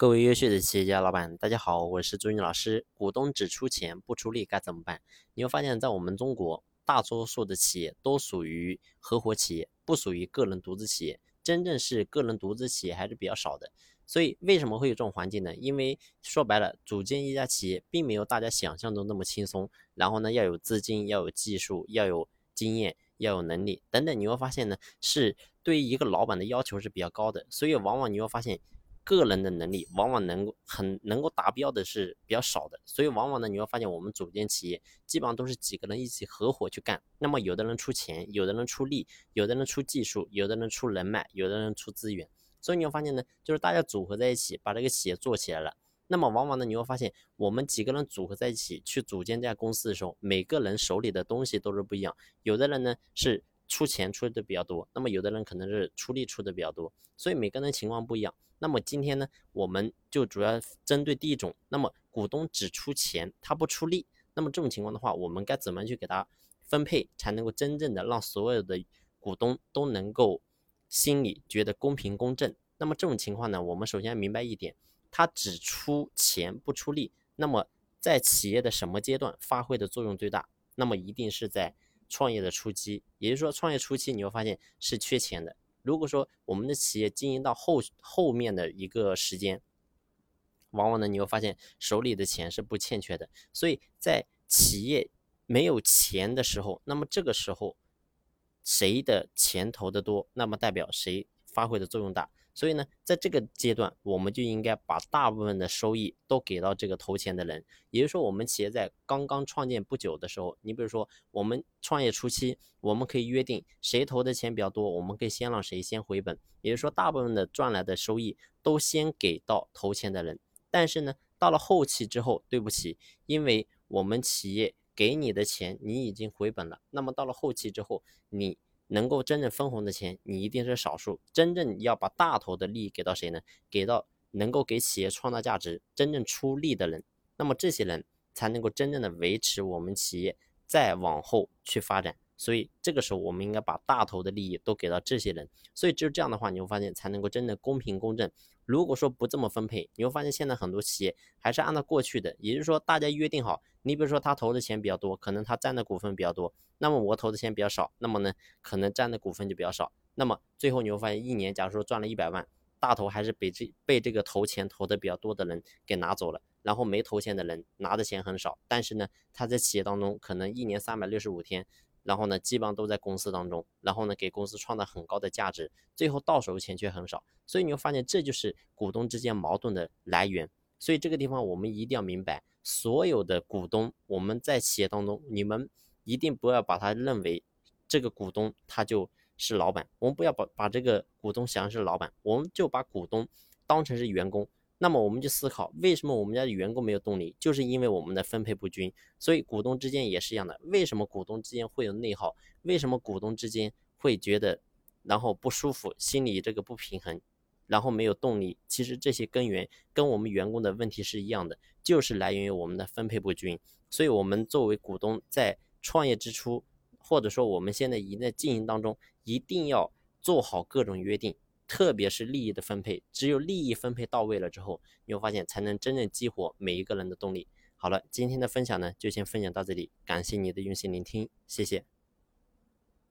各位优秀的企业家老板，大家好，我是朱军老师。股东只出钱不出力该怎么办？你会发现在我们中国，大多数的企业都属于合伙企业，不属于个人独资企业。真正是个人独资企业还是比较少的。所以为什么会有这种环境呢？因为说白了，组建一家企业并没有大家想象中那么轻松。然后呢，要有资金，要有技术，要有经验，要有能力等等。你会发现呢，是对于一个老板的要求是比较高的。所以往往你会发现，个人的能力往往能够达标的是比较少的。所以往往呢，你会发现我们组建企业基本上都是几个人一起合伙去干。那么有的人出钱，有的人出力，有的人出技术，有的人出人脉，有的人出资源。所以你会发现呢，就是大家组合在一起把这个企业做起来了。那么往往呢，你会发现我们几个人组合在一起去组建这家公司的时候，每个人手里的东西都是不一样。有的人呢是出钱出的比较多，那么有的人可能是出力出的比较多，所以每个人情况不一样。那么今天呢，我们就主要针对第一种，那么股东只出钱，他不出力。那么这种情况的话，我们该怎么去给他分配，才能够真正的让所有的股东都能够心里觉得公平公正？那么这种情况呢，我们首先要明白一点，他只出钱不出力，那么在企业的什么阶段发挥的作用最大？那么一定是在创业的初期。也就是说，创业初期你会发现是缺钱的。如果说我们的企业经营到后面的一个时间，往往呢你会发现手里的钱是不欠缺的。所以在企业没有钱的时候，那么这个时候谁的钱投的多，那么代表谁发挥的作用大。所以呢，在这个阶段，我们就应该把大部分的收益都给到这个投钱的人。也就是说，我们企业在刚刚创建不久的时候，你比如说我们创业初期，我们可以约定谁投的钱比较多，我们可以先让谁先回本。也就是说，大部分的赚来的收益都先给到投钱的人。但是呢，到了后期之后，对不起，因为我们企业给你的钱你已经回本了，那么到了后期之后，你能够真正分红的钱你一定是少数。真正要把大头的利益给到谁呢？给到能够给企业创造价值真正出力的人。那么这些人才能够真正的维持我们企业再往后去发展。所以这个时候我们应该把大头的利益都给到这些人。所以只有这样的话，你会发现才能够真的公平公正。如果说不这么分配，你会发现现在很多企业还是按照过去的，也就是说大家约定好，你比如说他投的钱比较多，可能他占的股份比较多，那么我投的钱比较少，那么呢可能占的股份就比较少。那么最后你会发现一年假如说赚了100万，大头还是被这个投钱投的比较多的人给拿走了，然后没投钱的人拿的钱很少。但是呢他在企业当中可能一年365天，然后呢基本上都在公司当中，然后呢给公司创造很高的价值，最后到手钱却很少。所以你会发现这就是股东之间矛盾的来源。所以这个地方我们一定要明白，所有的股东，我们在企业当中，你们一定不要把他认为这个股东他就是老板。我们不要把这个股东想是老板，我们就把股东当成是员工。那么我们就思考，为什么我们家的员工没有动力？就是因为我们的分配不均。所以股东之间也是一样的，为什么股东之间会有内耗？为什么股东之间会觉得然后不舒服，心里这个不平衡，然后没有动力？其实这些根源跟我们员工的问题是一样的，就是来源于我们的分配不均。所以我们作为股东在创业之初，或者说我们现在已经在经营当中，一定要做好各种约定，特别是利益的分配。只有利益分配到位了之后，你会发现才能真正激活每一个人的动力。好了，今天的分享呢就先分享到这里，感谢你的用心聆听，谢谢。